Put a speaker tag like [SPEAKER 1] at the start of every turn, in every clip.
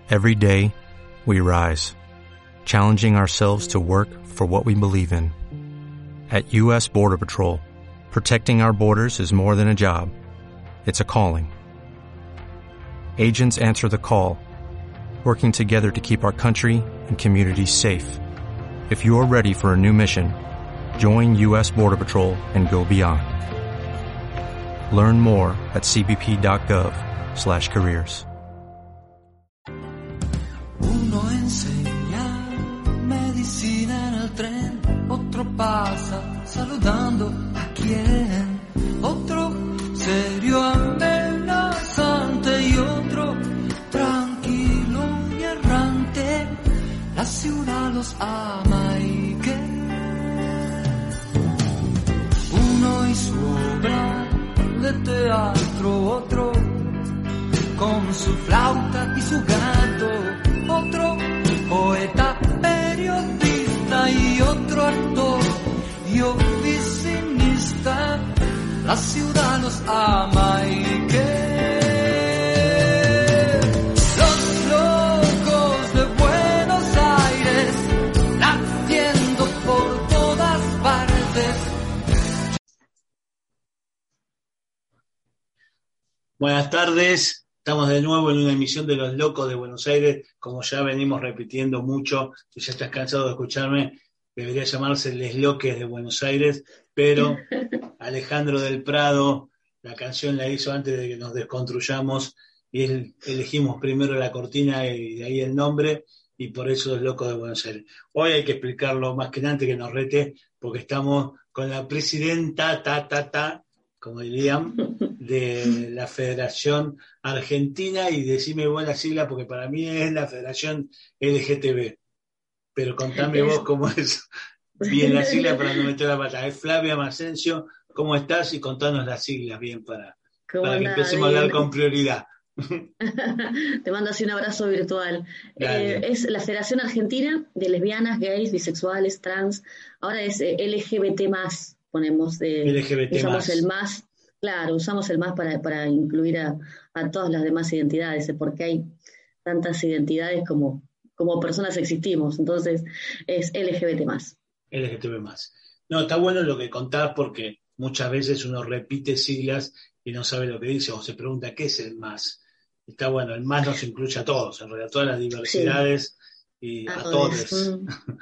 [SPEAKER 1] Every day, we rise, challenging ourselves to work for what we believe in. At U.S. Border Patrol, protecting our borders is more than a job. It's a calling. Agents answer the call, working together to keep our country and communities safe. If you're ready for a new mission, join U.S. Border Patrol and go beyond. Learn more at cbp.gov/careers.
[SPEAKER 2] Uno enseña medicina en el tren, otro pasa saludando a quien, otro serio amenazante y otro tranquilo y errante. La ciudad los ama y que uno y su obra de teatro, otro con su flauta y su gato, otro poeta, periodista y otro actor y oficinista. La ciudad los ama y que los locos de Buenos Aires latiendo por todas partes.
[SPEAKER 3] Buenas tardes. Estamos de nuevo en una emisión de Los Locos de Buenos Aires, como ya venimos repitiendo mucho, si ya estás cansado de escucharme, debería llamarse Les Loques de Buenos Aires, pero Alejandro del Prado, la canción la hizo antes de que nos desconstruyamos, y elegimos primero la cortina y de ahí el nombre, y por eso Los Locos de Buenos Aires. Hoy hay que explicarlo más que antes que nos rete, porque estamos con la presidenta, como dirían, de la Federación Argentina, y decime vos la sigla porque para mí es la Federación LGTB, pero contame vos cómo es bien la sigla para no meter la pata. Es Flavia Masencio, ¿cómo estás? Y contanos las siglas bien para que empecemos a hablar con prioridad.
[SPEAKER 4] Te mando así un abrazo virtual. Es la Federación Argentina de Lesbianas, Gays, Bisexuales, Trans. Ahora es LGBT+, ponemos
[SPEAKER 3] LGBT+.
[SPEAKER 4] Usamos el más. Claro, usamos el más para incluir a todas las demás identidades, porque hay tantas identidades como personas existimos, entonces es LGBT+.
[SPEAKER 3] LGTB+. No, está bueno lo que contás porque muchas veces uno repite siglas y no sabe lo que dice o se pregunta qué es el más. Está bueno, el más nos incluye a todos, en realidad, a todas las diversidades, sí. Y a todos.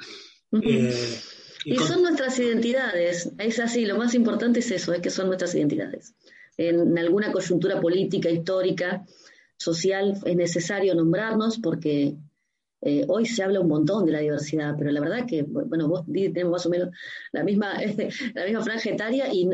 [SPEAKER 4] Y son nuestras identidades, es así, lo más importante es eso, es que son nuestras identidades. En alguna coyuntura política, histórica, social, es necesario nombrarnos porque hoy se habla un montón de la diversidad, pero la verdad que, bueno, vos tenemos más o menos la misma franja etaria y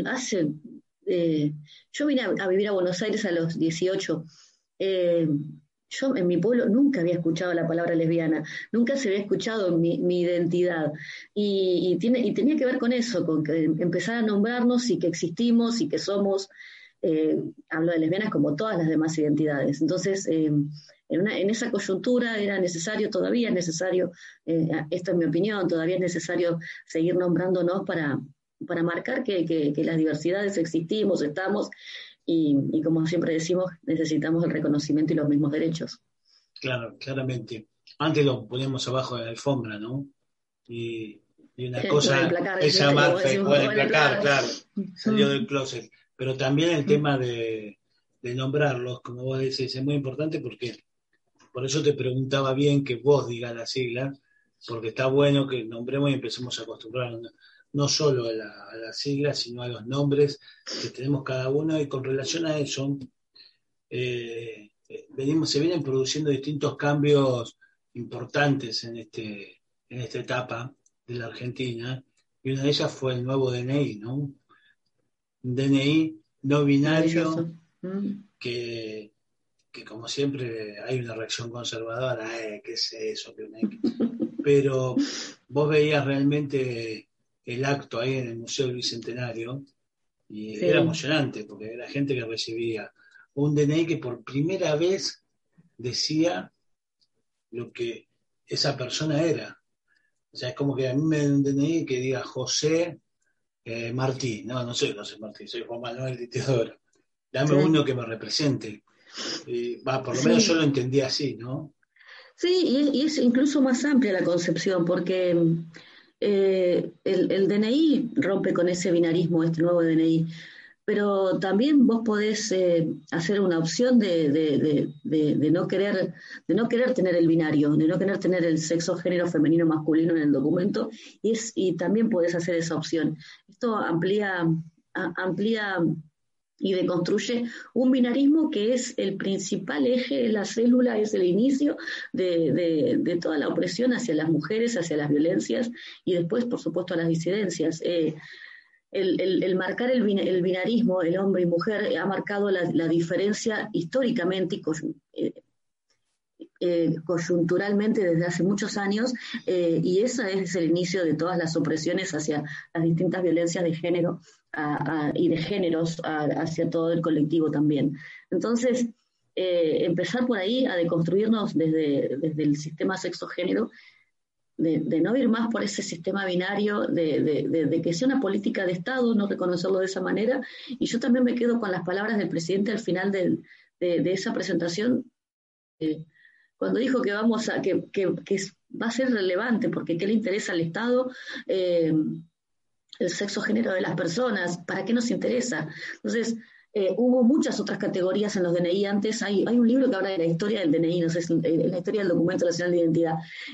[SPEAKER 4] yo vine a vivir a Buenos Aires a los 18. Yo en mi pueblo nunca había escuchado la palabra lesbiana, nunca se había escuchado mi identidad y tenía que ver con eso, con que empezar a nombrarnos y que existimos y que somos, hablo de lesbianas como todas las demás identidades. Entonces, en esa coyuntura todavía es necesario, esto es mi opinión, todavía es necesario seguir nombrándonos para marcar que las diversidades existimos, estamos. Y como siempre decimos, necesitamos el reconocimiento y los mismos derechos.
[SPEAKER 3] Claro, claramente. antes lo poníamos abajo de la alfombra, ¿no? Y una cosa es llamarse, bueno, emplacar, claro, salió del closet. Pero también el tema de nombrarlos, como vos decís, es muy importante porque, por eso te preguntaba bien que vos digas la sigla, porque está bueno que nombremos y empecemos a acostumbrarnos no solo a la sigla, sino a los nombres que tenemos cada uno, y con relación a eso, se vienen produciendo distintos cambios importantes en esta etapa de la Argentina, y una de ellas fue el nuevo DNI, ¿no? Un DNI no binario que como siempre hay una reacción conservadora, ¿qué es eso? Pero vos veías realmente el acto ahí en el Museo del Bicentenario y sí, era emocionante porque era gente que recibía un DNI que por primera vez decía lo que esa persona era. O sea, es como que a mí me da un DNI que diga José Martí. No soy José Martí, soy Juan Manuel de Teodoro. Dame uno que me represente. Por lo menos yo lo entendía así, ¿no?
[SPEAKER 4] Sí, y es incluso más amplia la concepción, porque el DNI rompe con ese binarismo, este nuevo DNI, pero también vos podés hacer una opción de no querer tener el binario, de no querer tener el sexo, género femenino, masculino en el documento, y también podés hacer esa opción. Esto amplía y deconstruye un binarismo que es el principal eje de la célula, es el inicio de toda la opresión hacia las mujeres, hacia las violencias y después, por supuesto, a las disidencias. El marcar el binarismo, el hombre y mujer, ha marcado la diferencia históricamente y coyunturalmente desde hace muchos años, y ese es el inicio de todas las opresiones hacia las distintas violencias de género y de géneros hacia todo el colectivo también. Entonces, empezar por ahí a deconstruirnos desde el sistema sexo-género, de no ir más por ese sistema binario, de que sea una política de Estado, no reconocerlo de esa manera. Y yo también me quedo con las palabras del presidente al final de esa presentación, cuando dijo que va a ser relevante, porque qué le interesa al Estado el sexo género de las personas, ¿para qué nos interesa? Entonces, hubo muchas otras categorías en los DNI antes. Hay un libro que habla de la historia del DNI, no sé, la historia del Documento Nacional de Identidad,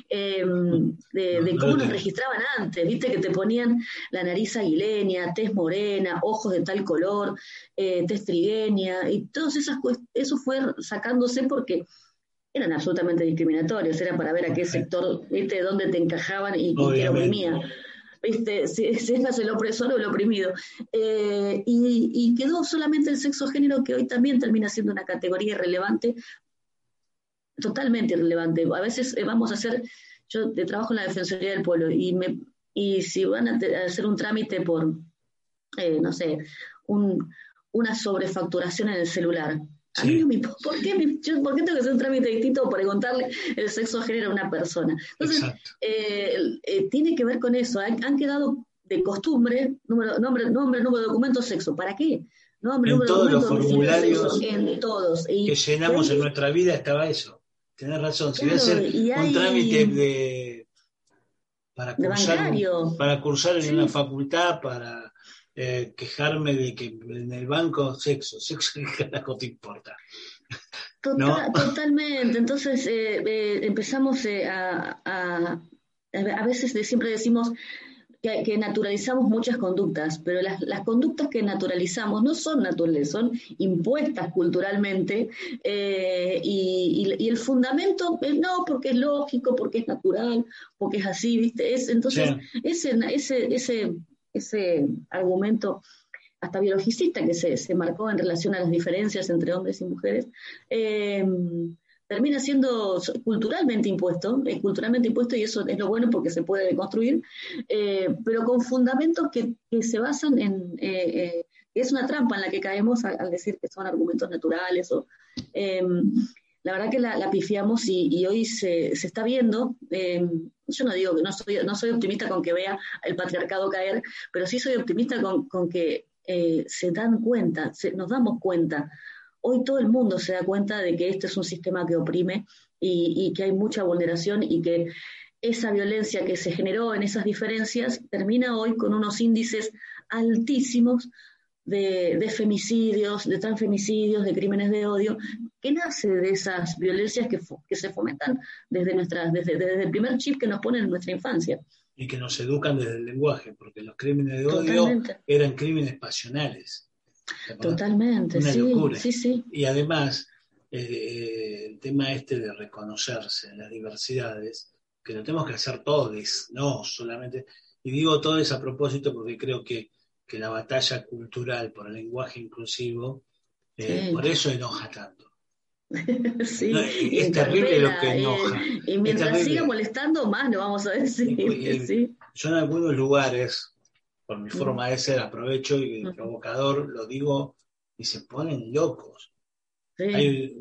[SPEAKER 4] de cómo nos registraban antes, viste que te ponían la nariz aguileña, tez morena, ojos de tal color, tez trigueña, y todas eso fue sacándose porque eran absolutamente discriminatorios, era para ver a qué sector, viste, dónde te encajaban y quién oprimía. ¿Viste? Si eras el opresor o el oprimido. Y quedó solamente el sexo género, que hoy también termina siendo una categoría irrelevante, totalmente irrelevante. A veces vamos a hacer, yo trabajo en la Defensoría del Pueblo, y si van a hacer un trámite por, no sé, una sobrefacturación en el celular, a mí no me importa. ¿Por qué tengo que hacer un trámite distinto para contarle el sexo género a una persona? Entonces, tiene que ver con eso. Han quedado de costumbre nombre, número, documento, sexo. ¿Para qué? Nombre,
[SPEAKER 3] en
[SPEAKER 4] número,
[SPEAKER 3] todos
[SPEAKER 4] documento,
[SPEAKER 3] los formularios
[SPEAKER 4] en todos.
[SPEAKER 3] que llenamos en nuestra vida estaba eso. Tenés razón. Si voy a hacer un trámite para cursar en una facultad, para quejarme de que en el banco sexo, ¿qué carajo te importa?
[SPEAKER 4] Totalmente. Entonces empezamos a veces siempre decimos que naturalizamos muchas conductas, pero las conductas que naturalizamos no son naturales, son impuestas culturalmente, y el fundamento no, porque es lógico, porque es natural, porque es así, ¿viste? Entonces, ese argumento hasta biologicista que se marcó en relación a las diferencias entre hombres y mujeres, termina siendo culturalmente impuesto, y eso es lo bueno porque se puede deconstruir, pero con fundamentos que se basan en, es una trampa en la que caemos al decir que son argumentos naturales. La verdad que la pifiamos y hoy se está viendo. Yo no digo que no soy optimista con que vea el patriarcado caer, pero sí soy optimista con que se dan cuenta, nos damos cuenta. Hoy todo el mundo se da cuenta de que este es un sistema que oprime y que hay mucha vulneración, y que esa violencia que se generó en esas diferencias termina hoy con unos índices altísimos de femicidios, de transfemicidios, de crímenes de odio, que nace de esas violencias que se fomentan desde el primer chip que nos ponen en nuestra infancia.
[SPEAKER 3] Y que nos educan desde el lenguaje, porque los crímenes de odio eran crímenes pasionales.
[SPEAKER 4] Totalmente,
[SPEAKER 3] una locura.
[SPEAKER 4] Sí.
[SPEAKER 3] Y además, el tema de reconocerse en las diversidades, que lo tenemos que hacer todos, no solamente, y digo todos a propósito porque creo que la batalla cultural por el lenguaje inclusivo, por eso enoja tanto.
[SPEAKER 4] Sí,
[SPEAKER 3] no, es terrible lo que enoja.
[SPEAKER 4] Y mientras siga molestando, más lo vamos a decir. Sí.
[SPEAKER 3] Yo en algunos lugares, por mi forma de ser, aprovecho y provocador, lo digo, y se ponen locos. Sí. Hay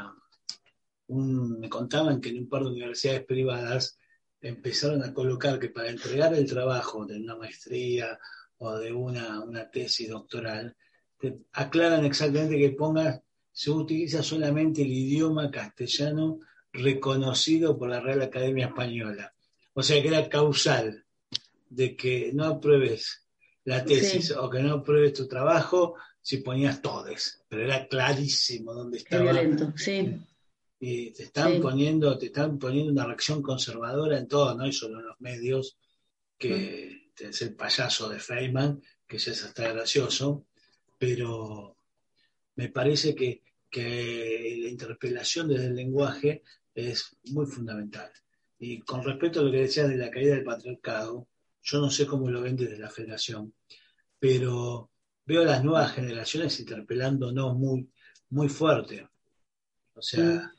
[SPEAKER 3] me contaban que en un par de universidades privadas empezaron a colocar que para entregar el trabajo de una maestría o de una tesis doctoral, te aclaran exactamente que pongas, se utiliza solamente el idioma castellano reconocido por la Real Academia Española. O sea que era causal de que no apruebes la tesis o que no apruebes tu trabajo si ponías todes, pero era clarísimo dónde estaba.
[SPEAKER 4] Qué violento, sí.
[SPEAKER 3] Y te están poniendo una reacción conservadora en todo, no y solo en los medios, que es el payaso de Feynman, que ya es hasta gracioso, pero me parece que la interpelación desde el lenguaje es muy fundamental. Y con respecto a lo que decías de la caída del patriarcado, yo no sé cómo lo ven desde la Federación, pero veo a las nuevas generaciones interpelándonos muy, muy fuerte. O sea,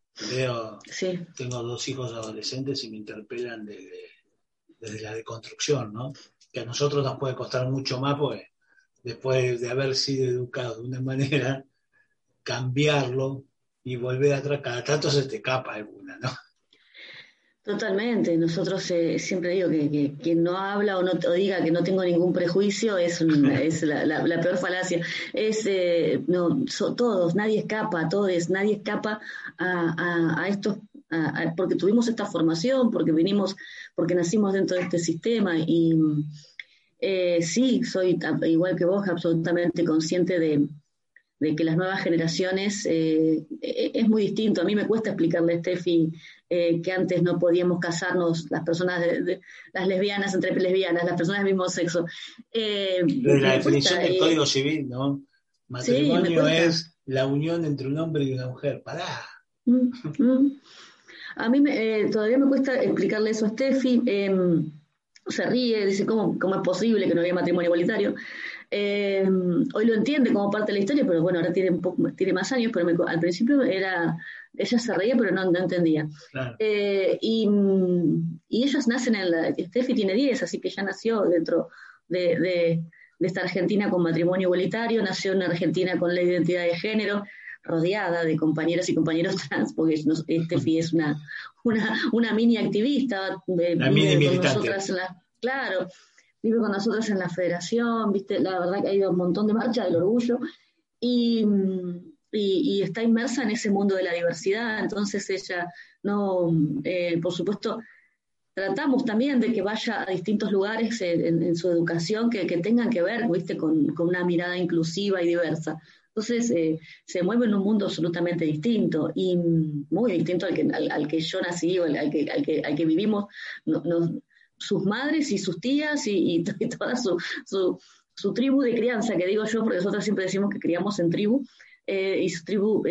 [SPEAKER 3] tengo 2 hijos adolescentes y me interpelan desde la deconstrucción, ¿no? Que a nosotros nos puede costar mucho más porque después de haber sido educados de una manera, cambiarlo y volver atrás, cada tanto se te escapa alguna, ¿no?
[SPEAKER 4] Totalmente. Nosotros siempre digo que quien no habla o diga que no tengo ningún prejuicio es la peor falacia. Todos, nadie escapa, nadie escapa a estos, porque tuvimos esta formación, porque nacimos dentro de este sistema y sí, soy igual que vos absolutamente consciente de que las nuevas generaciones es muy distinto. A mí me cuesta explicarle a Steffi que antes no podíamos casarnos las personas, las lesbianas entre lesbianas, las personas del mismo sexo.
[SPEAKER 3] Desde la definición del Código Civil, ¿no? Matrimonio es la unión entre un hombre y una mujer. ¡Pará!
[SPEAKER 4] A mí todavía me cuesta explicarle eso a Steffi. Se ríe, dice, ¿cómo es posible que no haya matrimonio igualitario? Hoy lo entiende como parte de la historia, pero bueno, ahora tiene más años, pero al principio ella se reía, pero no entendía.
[SPEAKER 3] Claro.
[SPEAKER 4] Y ellos nacen Steffi tiene 10, así que ya nació dentro de esta Argentina con matrimonio igualitario, nació en Argentina con la identidad de género, rodeada de compañeras y compañeros trans, porque Steffi es una mini activista, vive con nosotras vive con nosotros en la Federación, ¿viste? La verdad que ha ido a un montón de marchas del orgullo y está inmersa en ese mundo de la diversidad. Entonces ella por supuesto, tratamos también de que vaya a distintos lugares en su educación que tengan que ver, ¿viste? Con una mirada inclusiva y diversa. Entonces se mueve en un mundo absolutamente distinto y muy distinto al que yo nací o al que vivimos sus madres y sus tías y toda su tribu de crianza, que digo yo, porque nosotros siempre decimos que criamos en tribu, y su tribu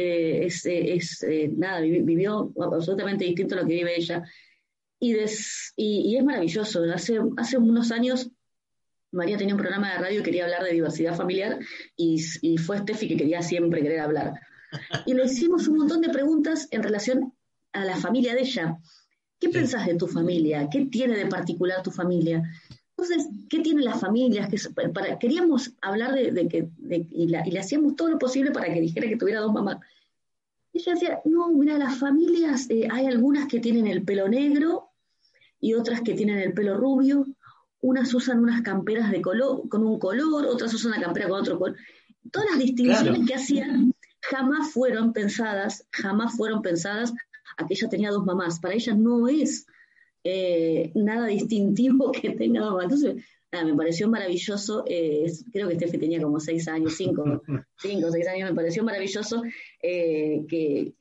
[SPEAKER 4] vivió absolutamente distinto a lo que vive ella. Y es maravilloso. Hace unos años María tenía un programa de radio y quería hablar de diversidad familiar y fue Steffi que quería siempre querer hablar. Y le hicimos un montón de preguntas en relación a la familia de ella. ¿Qué pensás de tu familia? ¿Qué tiene de particular tu familia? Entonces, ¿qué tienen las familias? Queríamos hablar y le hacíamos todo lo posible para que dijera que tuviera 2 mamás. Y ella decía, no, mira, las familias, hay algunas que tienen el pelo negro y otras que tienen el pelo rubio. Unas usan unas camperas de color, con un color, otras usan una campera con otro color. Todas las distinciones que hacían jamás fueron pensadas a que ella tenía 2 mamás. Para ella no es nada distintivo que tenga mamá. Entonces, me pareció maravilloso. Creo que Steffi tenía como 6 años, 5 o 6 años. Me pareció maravilloso y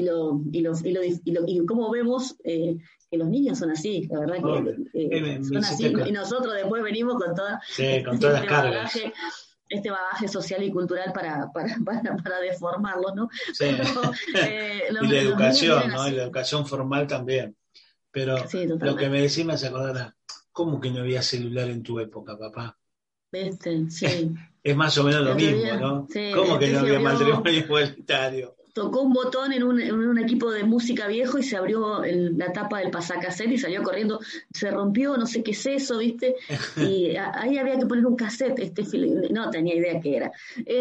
[SPEAKER 4] cómo vemos que los niños son así, la verdad que son así. Y nosotros después venimos con todas
[SPEAKER 3] las cargas.
[SPEAKER 4] Este bagaje social y cultural para deformarlos, ¿no?
[SPEAKER 3] Sí. Y la educación, ¿no? Y la educación formal también. Pero lo que me decís me hace acordar, ¿cómo que no había celular en tu época, papá?
[SPEAKER 4] Sí.
[SPEAKER 3] Es más o menos lo mismo, ¿no?
[SPEAKER 4] Sí,
[SPEAKER 3] ¿Cómo que no había matrimonio igualitario?
[SPEAKER 4] Tocó un botón en un equipo de música viejo y se abrió la tapa del pasacassette y salió corriendo, se rompió, no sé qué es eso, ¿viste? Y ahí había que poner un cassette, no tenía idea qué era.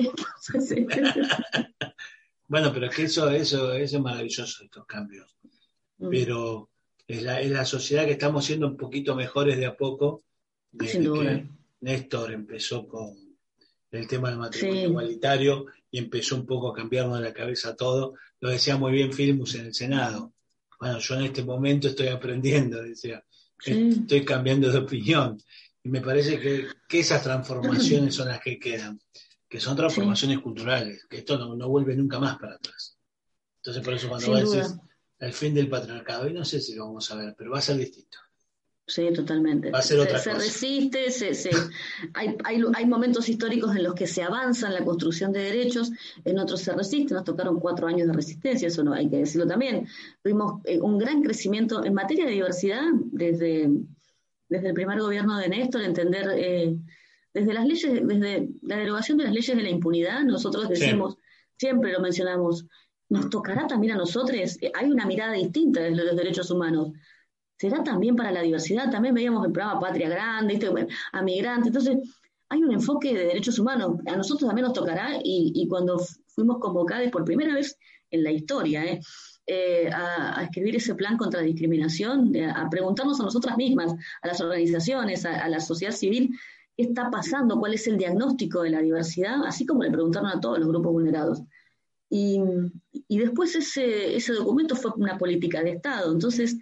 [SPEAKER 3] Bueno, pero es que eso es maravilloso, estos cambios. Pero es la sociedad que estamos siendo un poquito mejores de a poco, desde que Néstor empezó con el tema del matrimonio igualitario y empezó un poco a cambiarnos la cabeza todo. Lo decía muy bien Filmus en el Senado. bueno, yo en este momento estoy aprendiendo, decía,
[SPEAKER 4] Sí.
[SPEAKER 3] estoy cambiando de opinión. Y me parece que esas transformaciones son las que quedan, que son transformaciones culturales, que esto no vuelve nunca más para atrás. Entonces, por eso cuando
[SPEAKER 4] Sin
[SPEAKER 3] vos
[SPEAKER 4] duda.
[SPEAKER 3] decís el fin del patriarcado, y no sé si lo vamos a ver, pero va a ser distinto.
[SPEAKER 4] Sí, totalmente.
[SPEAKER 3] Va a ser otra
[SPEAKER 4] Se
[SPEAKER 3] cosa.
[SPEAKER 4] resiste, hay momentos históricos en los que se avanza en la construcción de derechos, en otros se resiste. Nos tocaron 4 años de resistencia, eso no hay que decirlo también. Tuvimos un gran crecimiento en materia de diversidad desde el primer gobierno de Néstor, entender desde las leyes, desde la derogación de las leyes de la impunidad. Nosotros decimos, siempre lo mencionamos, nos tocará también a nosotros. Hay una mirada distinta desde los derechos humanos. Será también para la diversidad. También veíamos el programa Patria Grande, a migrantes. Entonces, hay un enfoque de derechos humanos. A nosotros también nos tocará, y cuando fuimos convocados por primera vez en la historia a escribir ese plan contra la discriminación, a preguntarnos a nosotras mismas, a las organizaciones, a la sociedad civil, qué está pasando, cuál es el diagnóstico de la diversidad, así como le preguntaron a todos los grupos vulnerados. Y después ese documento fue una política de Estado. Entonces,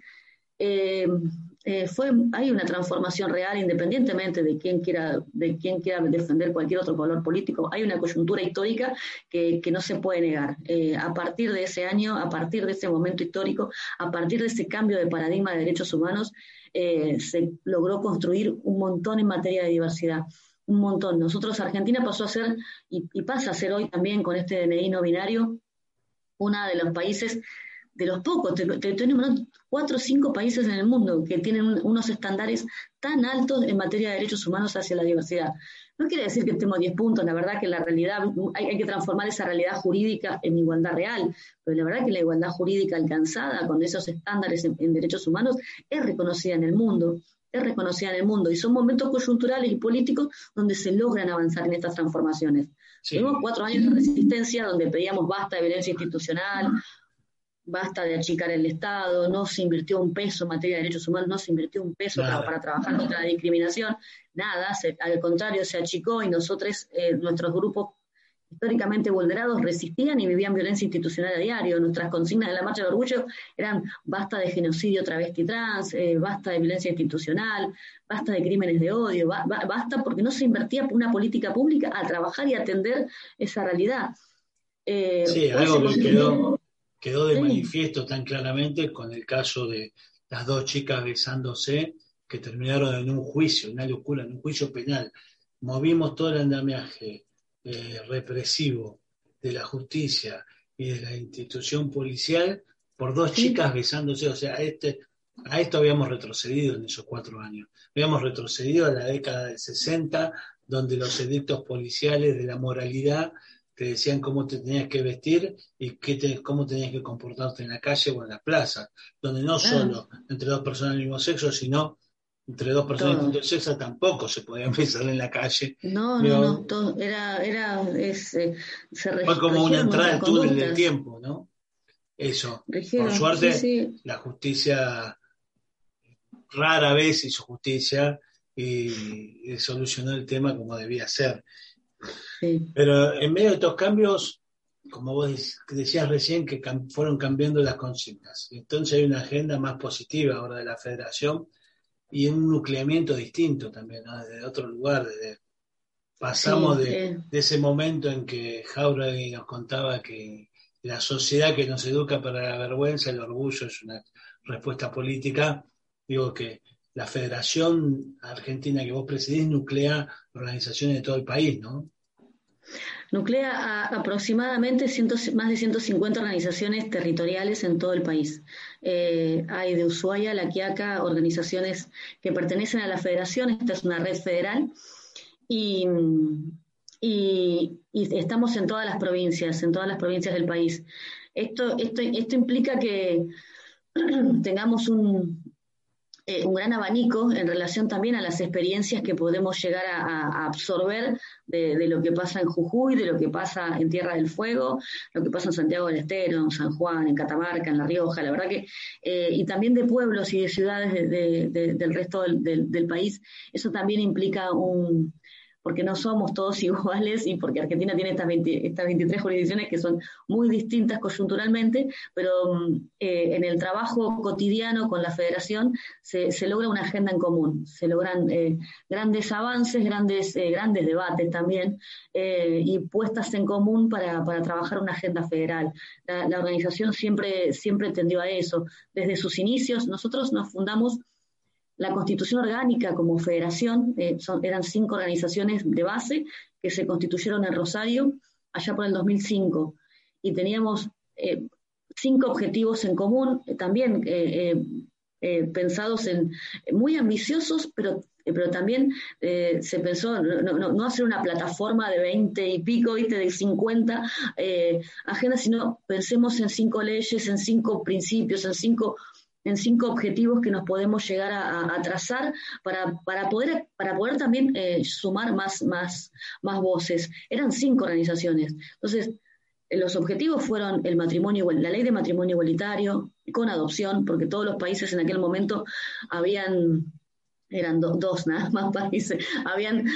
[SPEAKER 4] hay una transformación real, independientemente de quién quiera defender cualquier otro color político. Hay una coyuntura histórica que no se puede negar. A partir de ese año, a partir de ese momento histórico, a partir de ese cambio de paradigma de derechos humanos, se logró construir un montón en materia de diversidad. Un montón. Nosotros, Argentina pasó a ser, y pasa a ser hoy también con este DNI no binario, uno de los países, de los pocos, tenemos 4 o 5 países en el mundo que tienen unos estándares tan altos en materia de derechos humanos hacia la diversidad. No quiere decir que estemos 10 puntos, la verdad que la realidad, hay que transformar esa realidad jurídica en igualdad real, pero la verdad que la igualdad jurídica alcanzada con esos estándares en derechos humanos es reconocida en el mundo. Y son momentos coyunturales y políticos donde se logran avanzar en estas transformaciones. Sí. Tuvimos 4 años de resistencia donde pedíamos basta de violencia institucional, basta de achicar el Estado, no se invirtió un peso en materia de derechos humanos, no se invirtió un peso para trabajar contra la discriminación, nada, al contrario, se achicó, y nosotros, nuestros grupos históricamente vulnerados, resistían y vivían violencia institucional a diario. Nuestras consignas de la Marcha del Orgullo eran basta de genocidio travesti trans, basta de violencia institucional, basta de crímenes de odio, basta porque no se invertía una política pública a trabajar y atender esa realidad.
[SPEAKER 3] Sí, algo que quedó de manifiesto tan claramente con el caso de las 2 chicas besándose que terminaron en un juicio, una locura, en un juicio penal. Movimos todo el andamiaje represivo de la justicia y de la institución policial por 2 chicas besándose. O sea, a esto habíamos retrocedido en esos 4 años. Habíamos retrocedido a la década del 60, donde los edictos policiales de la moralidad te decían cómo te tenías que vestir y cómo tenías que comportarte en la calle o en la plaza, donde no solo entre 2 personas del mismo sexo, sino entre 2 personas del mismo sexo tampoco se podían besar en la calle.
[SPEAKER 4] No, todo
[SPEAKER 3] fue como una entrada al túnel del tiempo, ¿no? Eso. Por suerte, la justicia rara vez hizo justicia y solucionó el tema como debía ser. Sí. Pero en medio de estos cambios, como vos decías recién, que fueron cambiando las consignas. Entonces hay una agenda más positiva ahora de la Federación y un nucleamiento distinto también, ¿no? Desde otro lugar. Pasamos de ese momento en que Jáuregui nos contaba que la sociedad que nos educa para la vergüenza, el orgullo es una respuesta política. Digo que la Federación Argentina que vos presidís nuclea organizaciones de todo el país, ¿no?
[SPEAKER 4] Nuclea aproximadamente más de 150 organizaciones territoriales en todo el país. Hay de Ushuaia a La Quiaca organizaciones que pertenecen a la Federación. Esta es una red federal y estamos en todas las provincias del país. Esto implica que tengamos un gran abanico en relación también a las experiencias que podemos llegar a absorber de lo que pasa en Jujuy, de lo que pasa en Tierra del Fuego, lo que pasa en Santiago del Estero, en San Juan, en Catamarca, en La Rioja. La verdad que y también de pueblos y de ciudades del resto del país. Eso también implica porque no somos todos iguales y porque Argentina tiene estas 23 jurisdicciones que son muy distintas coyunturalmente, pero en el trabajo cotidiano con la federación se logra una agenda en común, se logran grandes avances, grandes debates también, y puestas en común para trabajar una agenda federal. La organización siempre tendió a eso. Desde sus inicios, nosotros nos fundamos la constitución orgánica como federación, eran 5 organizaciones de base que se constituyeron en Rosario allá por el 2005, y teníamos 5 objetivos en común, también pensados muy ambiciosos, pero también se pensó no hacer una plataforma de 20 y pico, de 50 agendas, sino pensemos en 5 leyes, en 5 principios, en 5 objetivos que nos podemos llegar a trazar para poder también sumar más voces. Eran 5 organizaciones. Entonces, los objetivos fueron el matrimonio, la ley de matrimonio igualitario, con adopción, porque todos los países en aquel momento eran 2 nada más países, habían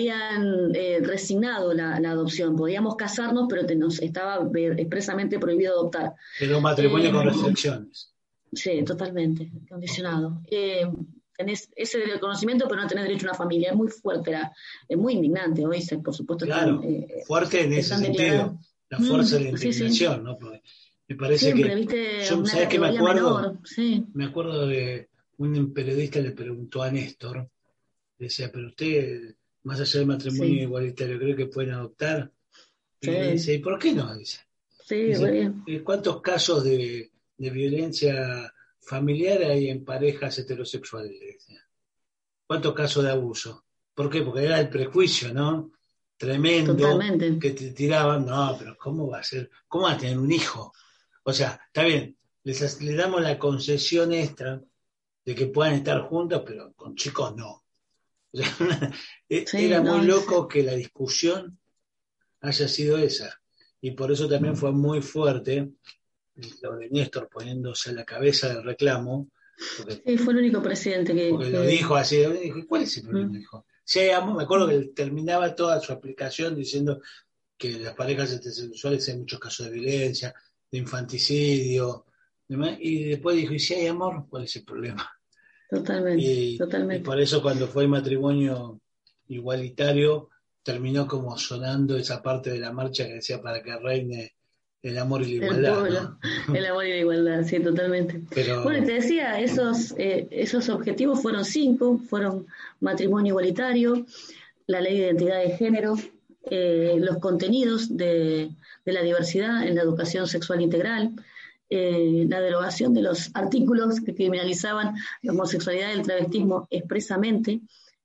[SPEAKER 4] resignado la adopción. Podíamos casarnos, pero nos estaba expresamente prohibido adoptar.
[SPEAKER 3] Pero matrimonio con restricciones.
[SPEAKER 4] Sí, totalmente, condicionado. Tenés ese reconocimiento, pero no tenés derecho a una familia. Es muy fuerte, es muy indignante. Hoy, por supuesto,
[SPEAKER 3] claro, fuerte en ese sentido. La fuerza de la indignación, ¿no? Porque me parece siempre,
[SPEAKER 4] ¿viste?
[SPEAKER 3] ¿Sabes qué me acuerdo?
[SPEAKER 4] Menor, sí.
[SPEAKER 3] Me acuerdo de un periodista le preguntó a Néstor, decía, pero usted, más allá del matrimonio igualitario, ¿cree que pueden adoptar? Y le dice, ¿y por qué no? Dice, ¿cuántos casos de violencia familiar hay en parejas heterosexuales? ¿Cuántos casos de abuso? ¿Por qué? Porque era el prejuicio, ¿no? Tremendo. Totalmente. Que te tiraban, no, pero ¿cómo va a ser? ¿Cómo va a tener un hijo? O sea, está bien, le damos la concesión extra de que puedan estar juntos, pero con chicos no. O sea, era muy loco que la discusión haya sido esa. Y por eso también fue muy fuerte lo de Néstor poniéndose a la cabeza del reclamo.
[SPEAKER 4] Porque, fue el único presidente que
[SPEAKER 3] lo dijo así. ¿Cuál es el problema? Dijo. Sí, me acuerdo que terminaba toda su aplicación diciendo que las parejas heterosexuales hay muchos casos de violencia, de infanticidio, demás, y después dijo, ¿y si hay amor? ¿Cuál es el problema?
[SPEAKER 4] Totalmente.
[SPEAKER 3] Y por eso cuando fue el matrimonio igualitario terminó como sonando esa parte de la marcha que decía para que reine el amor y la igualdad, ¿no?
[SPEAKER 4] El amor y la igualdad, sí, totalmente. Bueno, te decía, esos objetivos fueron 5, fueron matrimonio igualitario, la ley de identidad de género, los contenidos de la diversidad en la educación sexual integral, la derogación de los artículos que criminalizaban la homosexualidad y el travestismo expresamente,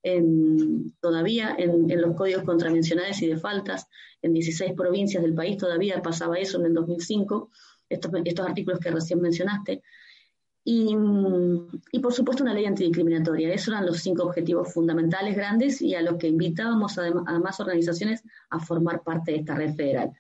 [SPEAKER 4] todavía en los códigos contravencionales y de faltas, en 16 provincias del país todavía pasaba eso en el 2005, estos artículos que recién mencionaste, y por supuesto una ley antidiscriminatoria. Esos eran los 5 objetivos fundamentales grandes y a los que invitábamos a más organizaciones a formar parte de esta red federal.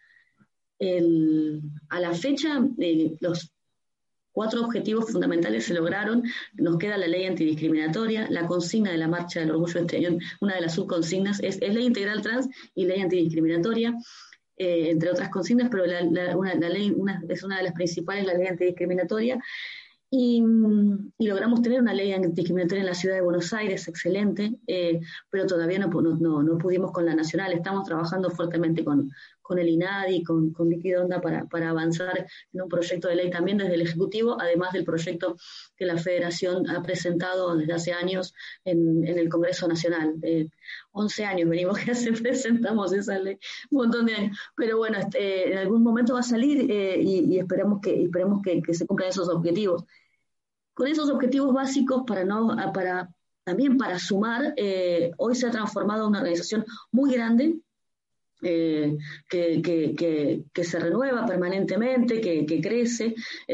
[SPEAKER 4] A la fecha, los 4 objetivos fundamentales se lograron. Nos queda la ley antidiscriminatoria, la consigna de la Marcha del Orgullo de Año, una de las subconsignas es ley integral trans y ley antidiscriminatoria, entre otras consignas, pero la ley es una de las principales, la ley antidiscriminatoria. Y logramos tener una ley antidiscriminatoria en la ciudad de Buenos Aires, excelente, pero todavía no pudimos con la nacional. Estamos trabajando fuertemente con el INADI, con Vicky Donda para avanzar en un proyecto de ley también desde el Ejecutivo, además del proyecto que la Federación ha presentado desde hace años en el Congreso Nacional. 11 años venimos que presentamos esa ley, un montón de años. Pero bueno, en algún momento va a salir y esperemos que se cumplan esos objetivos. Con esos objetivos básicos también para sumar, hoy se ha transformado en una organización muy grande, que se renueva permanentemente, que crece.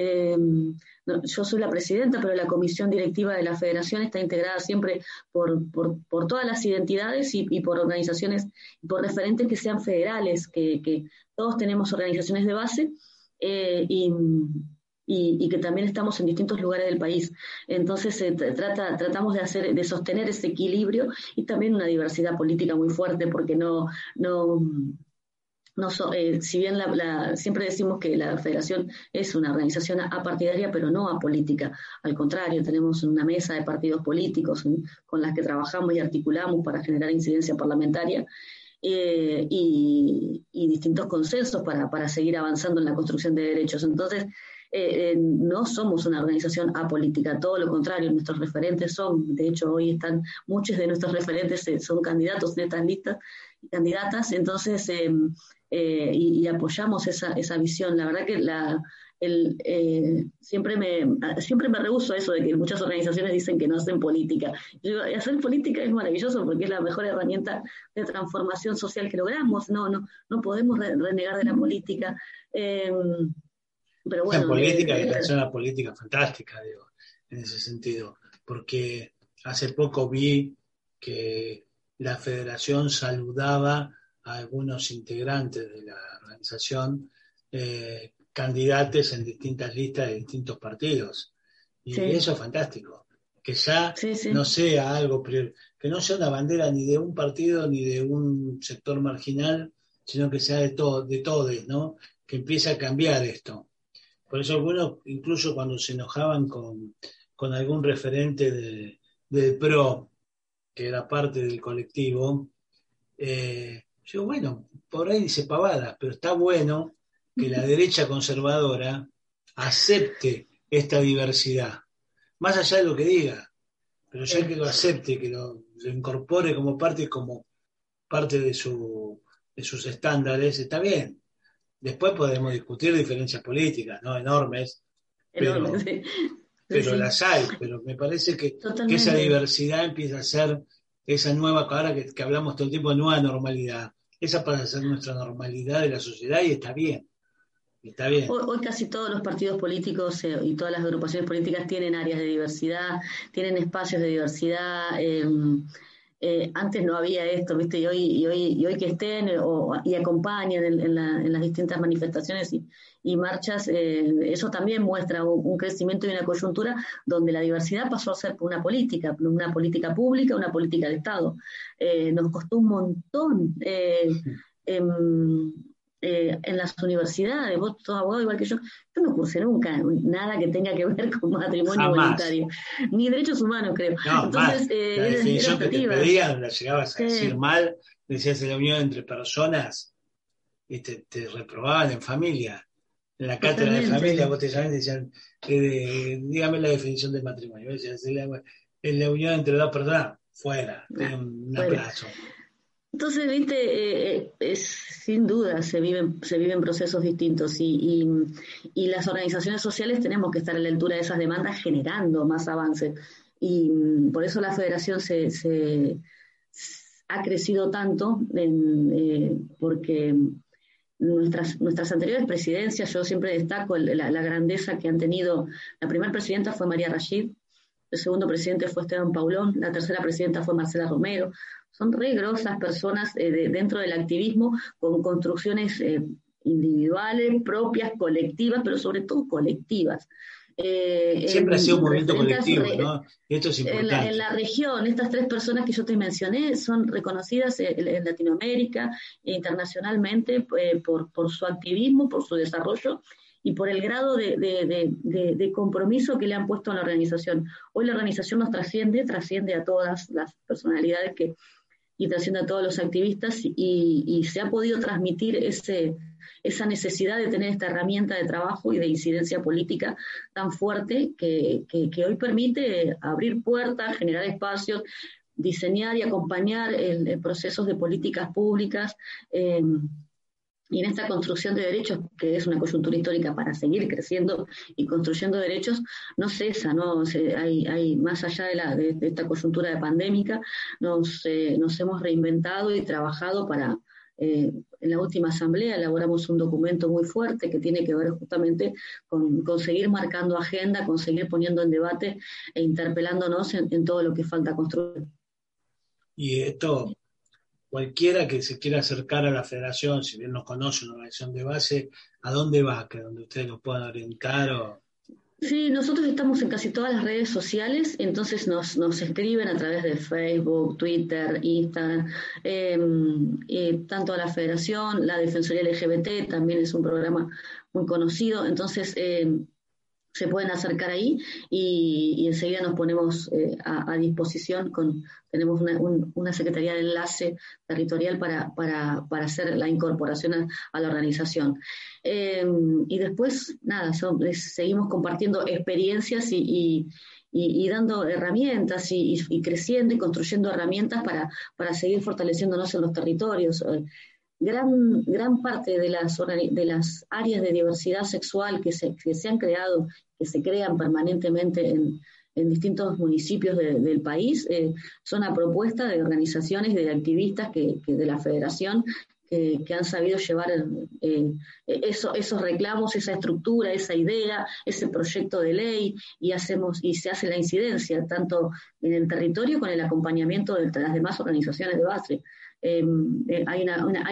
[SPEAKER 4] Yo soy la presidenta, pero la comisión directiva de la federación está integrada siempre por todas las identidades y por organizaciones, por referentes que sean federales, que todos tenemos organizaciones de base, y que también estamos en distintos lugares del país. Entonces tratamos de sostener ese equilibrio y también una diversidad política muy fuerte, porque si bien siempre decimos que la Federación es una organización apartidaria, pero no apolítica. Al contrario, tenemos una mesa de partidos políticos con las que trabajamos y articulamos para generar incidencia parlamentaria, y distintos consensos para seguir avanzando en la construcción de derechos. Entonces, no somos una organización apolítica, todo lo contrario, nuestros referentes de hecho hoy muchos de nuestros referentes son candidatos en estas listas y candidatas, entonces y apoyamos esa visión. La verdad que siempre me rehúso a eso de que muchas organizaciones dicen que no hacen política. Yo, hacer política es maravilloso porque es la mejor herramienta de transformación social que logramos. No podemos renegar de la política. Pero bueno,
[SPEAKER 3] la política es una política fantástica, digo, en ese sentido, porque hace poco vi que la Federación saludaba a algunos integrantes de la organización, candidatos en distintas listas de distintos partidos, y sí, eso es fantástico, que ya sí. No sea algo, que no sea una bandera ni de un partido ni de un sector marginal, sino que sea de todos, ¿no? Que empiece a cambiar esto. Por eso algunos, incluso cuando se enojaban con algún referente del PRO, que era parte del colectivo, yo, bueno, por ahí dice pavadas, pero está bueno que la derecha conservadora acepte esta diversidad, más allá de lo que diga, pero ya que lo acepte, que lo incorpore como parte de sus estándares, está bien. Después podemos discutir diferencias políticas, ¿no? Enormes, pero sí. Las hay, pero me parece que esa diversidad empieza a ser esa nueva, ahora que hablamos todo el tiempo de nueva normalidad, esa pasa a ser nuestra normalidad de la sociedad y está bien. Está bien.
[SPEAKER 4] Hoy casi todos los partidos políticos y todas las agrupaciones políticas tienen áreas de diversidad, tienen espacios de diversidad. Antes no había esto, ¿viste? Y hoy que estén y acompañen en las distintas manifestaciones y marchas, eso también muestra un crecimiento y una coyuntura donde la diversidad pasó a ser una política pública, una política de Estado. Nos costó un montón en las universidades, vos sos abogado igual que yo no cursé nunca nada que tenga que ver con matrimonio voluntario, ni derechos humanos, creo.
[SPEAKER 3] No, entonces, la definición que te pedían, la llegabas a decir mal, decías la unión entre personas, y te reprobaban en familia. En la cátedra de familia, vos te llamaban y decían, dígame la definición del matrimonio. Decías, es la unión entre dos personas, fuera, un aplauso.
[SPEAKER 4] Entonces, viste, sin duda se viven procesos distintos y las organizaciones sociales tenemos que estar a la altura de esas demandas generando más avances. Y por eso la Federación se ha crecido tanto, porque nuestras anteriores presidencias, yo siempre destaco la grandeza que han tenido. La primera presidenta fue María Rashid, el segundo presidente fue Esteban Paulón, la tercera presidenta fue Marcela Romero. Son re grosas personas dentro del activismo, con construcciones individuales, propias, colectivas, pero sobre todo colectivas.
[SPEAKER 3] Siempre ha sido un movimiento colectivo, ¿no? Y esto es importante.
[SPEAKER 4] En la región, estas tres personas que yo te mencioné son reconocidas en Latinoamérica e internacionalmente por su activismo, por su desarrollo y por el grado de compromiso que le han puesto a la organización. Hoy la organización nos trasciende a todas las personalidades y trasciende a todos los activistas y se ha podido transmitir esa necesidad de tener esta herramienta de trabajo y de incidencia política tan fuerte que hoy permite abrir puertas, generar espacios, diseñar y acompañar procesos de políticas públicas, y en esta construcción de derechos, que es una coyuntura histórica para seguir creciendo y construyendo derechos, no cesa, ¿no? Hay más allá de esta coyuntura de pandémica, nos hemos reinventado y trabajado para, en la última asamblea elaboramos un documento muy fuerte que tiene que ver justamente con seguir marcando agenda, con seguir poniendo en debate e interpelándonos en todo lo que falta construir.
[SPEAKER 3] Y esto, cualquiera que se quiera acercar a la Federación, si bien nos conoce una organización de base, ¿a dónde va? ¿Que donde ustedes nos puedan orientar?
[SPEAKER 4] Sí, nosotros estamos en casi todas las redes sociales, entonces nos escriben a través de Facebook, Twitter, Instagram, tanto a la Federación, la Defensoría LGBT también es un programa muy conocido, entonces se pueden acercar ahí y enseguida nos ponemos a disposición tenemos una Secretaría de Enlace Territorial para hacer la incorporación a la organización. Y después, nada, seguimos compartiendo experiencias y dando herramientas y creciendo y construyendo herramientas para seguir fortaleciéndonos en los territorios. Gran parte de las áreas de diversidad sexual que se han creado, que se crean permanentemente en distintos municipios del país, son a propuesta de organizaciones y de activistas de la Federación que han sabido llevar esos reclamos, esa estructura, esa idea, ese proyecto de ley y se hace la incidencia tanto en el territorio con el acompañamiento de las demás organizaciones de base. Hay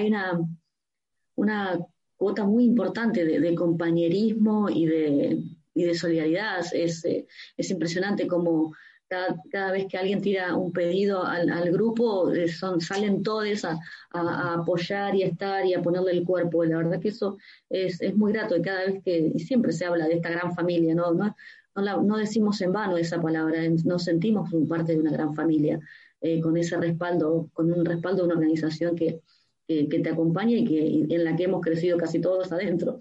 [SPEAKER 4] una cuota muy importante de compañerismo y de solidaridad. Es impresionante como cada vez que alguien tira un pedido al grupo, salen todos a apoyar y a estar y a ponerle el cuerpo. La verdad que eso es muy grato, y siempre se habla de esta gran familia, no decimos en vano esa palabra, nos sentimos parte de una gran familia, con ese respaldo, con un respaldo de una organización que te acompaña y en la que hemos crecido casi todos adentro.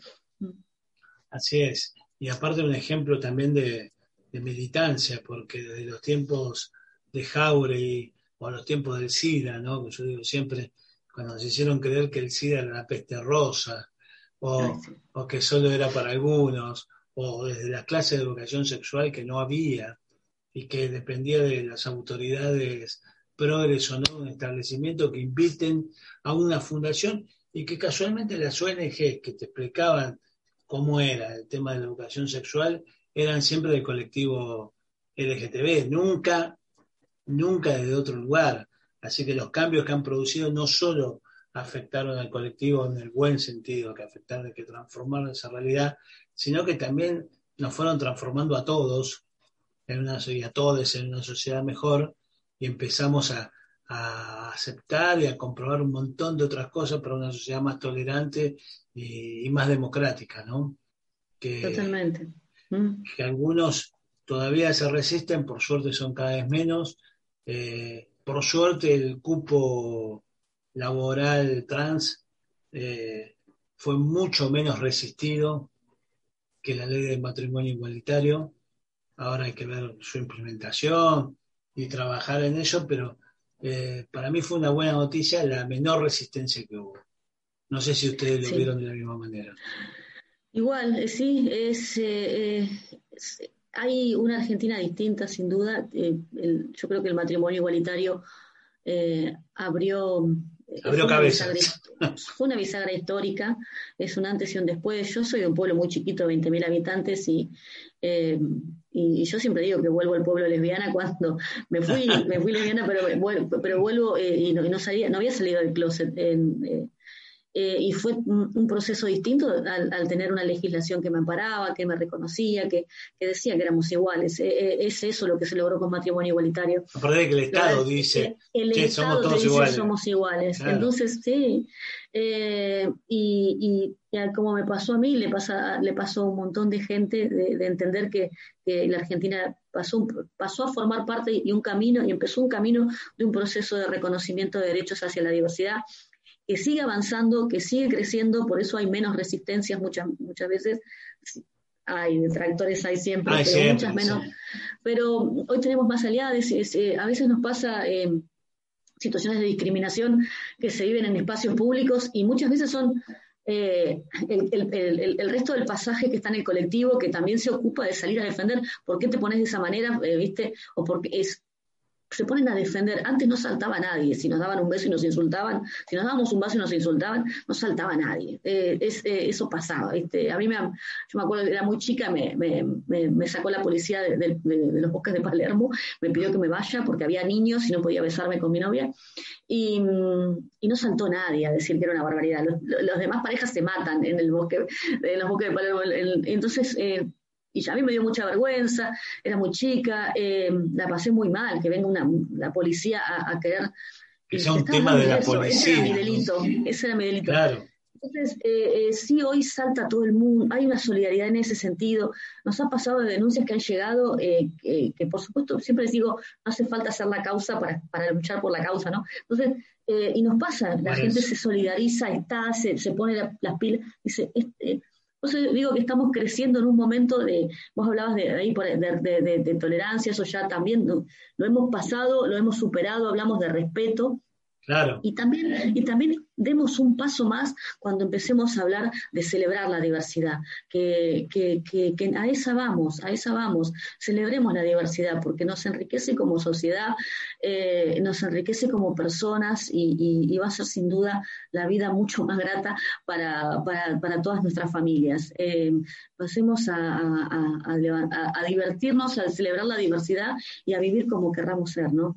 [SPEAKER 3] Así es, y aparte un ejemplo también de militancia, porque desde los tiempos de Jauregui o los tiempos del SIDA, ¿no? Yo digo siempre, cuando nos hicieron creer que el SIDA era la peste rosa, o que solo era para algunos, o desde las clases de educación sexual que no había, y que dependía de las autoridades progres o no, un establecimiento que inviten a una fundación, y que casualmente las ONG que te explicaban cómo era el tema de la educación sexual eran siempre del colectivo LGTB, nunca desde otro lugar. Así que los cambios que han producido no solo afectaron al colectivo en el buen sentido, que afectaron, que transformaron esa realidad, sino que también nos fueron transformando a todos y a todos en una sociedad mejor, y empezamos a aceptar y a comprobar un montón de otras cosas para una sociedad más tolerante y más democrática, ¿no?
[SPEAKER 4] Totalmente.
[SPEAKER 3] Que algunos todavía se resisten, por suerte son cada vez menos. Por suerte el cupo laboral trans fue mucho menos resistido que la ley del matrimonio igualitario. Ahora hay que ver su implementación y trabajar en ello, pero para mí fue una buena noticia la menor resistencia que hubo. No sé si ustedes lo vieron de la misma manera.
[SPEAKER 4] Igual, sí, hay una Argentina distinta, sin duda. Yo creo que el matrimonio igualitario abrió
[SPEAKER 3] cabezas.
[SPEAKER 4] Fue una bisagra histórica, es un antes y un después. Yo soy de un pueblo muy chiquito, 20.000 habitantes, y yo siempre digo que vuelvo al pueblo lesbiana cuando me fui lesbiana, pero vuelvo y no había salido del closet. Y fue un proceso distinto al tener una legislación que me amparaba, que me reconocía, que decía que éramos iguales. Es eso lo que se logró con matrimonio igualitario.
[SPEAKER 3] Aparte de que el Estado dice que somos todos iguales.
[SPEAKER 4] Somos iguales.
[SPEAKER 3] Claro.
[SPEAKER 4] Entonces, sí. Y como me pasó a mí, le pasó a un montón de gente de entender que la Argentina pasó a formar parte y empezó un camino de un proceso de reconocimiento de derechos hacia la diversidad, que sigue avanzando, que sigue creciendo, por eso hay menos resistencias muchas veces. Hay detractores, hay siempre, muchas menos. Sí. Pero hoy tenemos más aliados. A veces nos pasa situaciones de discriminación que se viven en espacios públicos y muchas veces son el resto del pasaje que está en el colectivo, que también se ocupa de salir a defender. ¿Por qué te pones de esa manera? ¿Viste? O porque se ponen a defender. Antes no saltaba nadie. Si nos daban un beso y nos insultaban, si nos dábamos un vaso y nos insultaban, no saltaba nadie. Eso pasaba. Yo me acuerdo que era muy chica, me sacó la policía de los bosques de Palermo, me pidió que me vaya porque había niños y no podía besarme con mi novia. Y no saltó nadie a decir que era una barbaridad. Los demás parejas se matan en los bosques de Palermo. Entonces, y a mí me dio mucha vergüenza, era muy chica, la pasé muy mal, que venga la policía a querer...
[SPEAKER 3] Que sea un tema de la policía.
[SPEAKER 4] Ese era mi delito.
[SPEAKER 3] Claro.
[SPEAKER 4] Entonces, sí, hoy salta todo el mundo, hay una solidaridad en ese sentido. Nos ha pasado de denuncias que han llegado, que por supuesto, siempre les digo, no hace falta hacer la causa para luchar por la causa, ¿no? Entonces, y nos pasa, la gente se solidariza, se pone las pilas, dice, entonces digo que estamos creciendo en un momento vos hablabas de tolerancia, eso ya también lo hemos pasado, lo hemos superado, hablamos de respeto.
[SPEAKER 3] Claro.
[SPEAKER 4] Y también demos un paso más cuando empecemos a hablar de celebrar la diversidad, que a esa vamos, celebremos la diversidad, porque nos enriquece como sociedad, nos enriquece como personas y va a ser sin duda la vida mucho más grata para todas nuestras familias. Pasemos a divertirnos, a celebrar la diversidad y a vivir como querramos ser, ¿no?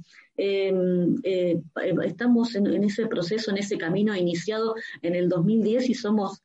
[SPEAKER 4] Estamos en ese proceso, en ese camino iniciado en el 2010 y somos,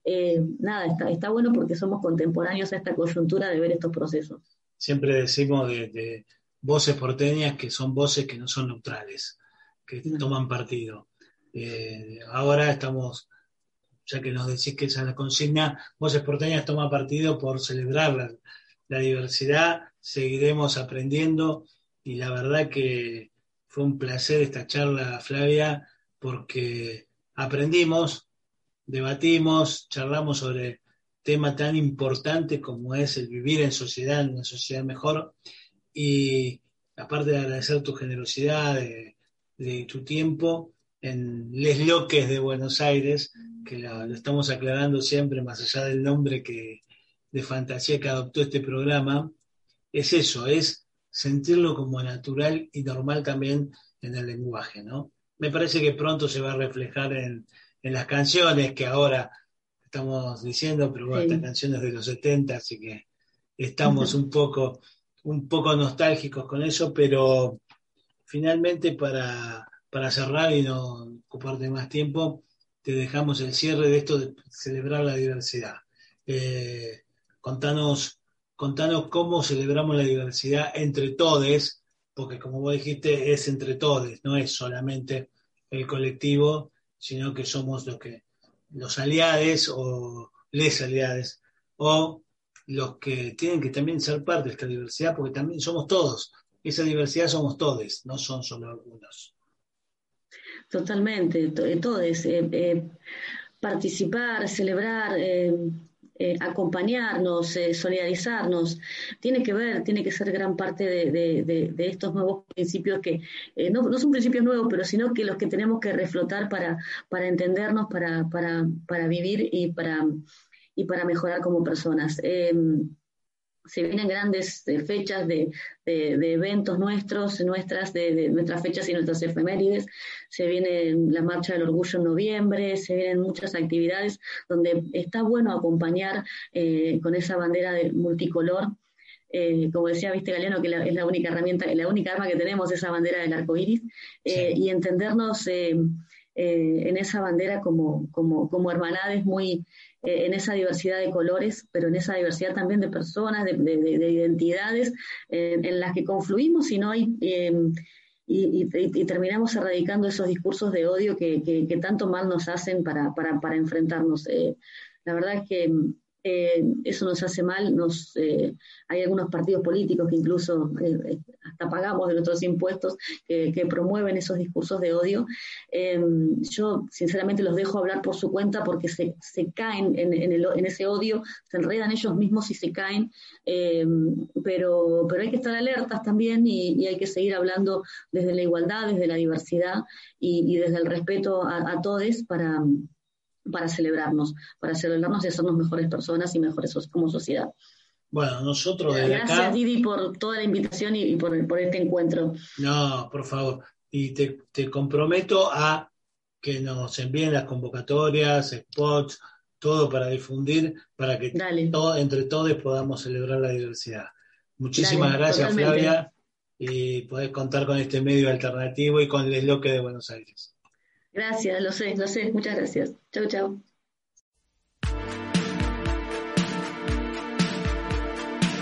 [SPEAKER 4] está bueno porque somos contemporáneos a esta coyuntura de ver estos procesos.
[SPEAKER 3] Siempre decimos de voces porteñas que son voces que no son neutrales, que toman partido. Ahora estamos, ya que nos decís que esa es la consigna, Voces Porteñas toma partido por celebrar la diversidad, seguiremos aprendiendo y la verdad que fue un placer esta charla, Flavia, porque aprendimos, debatimos, charlamos sobre tema tan importante como es el vivir en sociedad, en una sociedad mejor, y aparte de agradecer tu generosidad, de tu tiempo, en Les Loques de Buenos Aires, que lo estamos aclarando siempre, más allá del nombre de fantasía que adoptó este programa, es eso, es sentirlo como natural y normal también en el lenguaje, ¿no? Me parece que pronto se va a reflejar en las canciones que ahora estamos diciendo, pero bueno, estas canciones de los 70, así que estamos un poco nostálgicos con eso, pero finalmente para cerrar y no ocuparte más tiempo, te dejamos el cierre de esto de celebrar la diversidad. Contanos cómo celebramos la diversidad entre todes, porque como vos dijiste, es entre todes, no es solamente el colectivo, sino que somos los aliados o les aliados, o los que tienen que también ser parte de esta diversidad, porque también somos todos. Esa diversidad somos todos, no son solo algunos.
[SPEAKER 4] Totalmente, todos. Participar, celebrar, acompañarnos, solidarizarnos, tiene que ser gran parte de estos nuevos principios que no son principios nuevos, pero sino que los que tenemos que reflotar para entendernos, para vivir y para mejorar como personas. Se vienen grandes fechas de eventos nuestras fechas y nuestras efemérides. Se viene la Marcha del Orgullo en noviembre, se vienen muchas actividades donde está bueno acompañar con esa bandera de multicolor. Como decía Galeano, que es la única herramienta, la única arma que tenemos, esa bandera del arco iris, y entendernos en esa bandera como hermanades muy... en esa diversidad de colores, pero en esa diversidad también de personas, de identidades, en las que confluimos y terminamos erradicando esos discursos de odio que tanto mal nos hacen para enfrentarnos. La verdad es que eso nos hace mal, hay algunos partidos políticos que incluso hasta pagamos de nuestros impuestos que promueven esos discursos de odio. Yo sinceramente los dejo hablar por su cuenta porque se caen en ese odio, se enredan ellos mismos y se caen, pero hay que estar alertas también y hay que seguir hablando desde la igualdad, desde la diversidad y desde el respeto a todos para celebrarnos y hacernos mejores personas y mejores como sociedad.
[SPEAKER 3] Bueno, nosotros desde
[SPEAKER 4] Gracias,
[SPEAKER 3] acá...
[SPEAKER 4] Didi, por toda la invitación y por este encuentro.
[SPEAKER 3] No, por favor. Y te comprometo a que nos envíen las convocatorias, spots, todo para difundir, para que entre todos podamos celebrar la diversidad. Muchísimas gracias, totalmente. Flavia, y podés contar con este medio alternativo y con Les Loques de Buenos Aires.
[SPEAKER 4] Gracias, lo sé, muchas gracias. Chau, chau.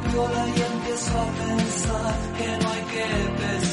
[SPEAKER 2] viola y empiezo a pensar que no hay que pesar.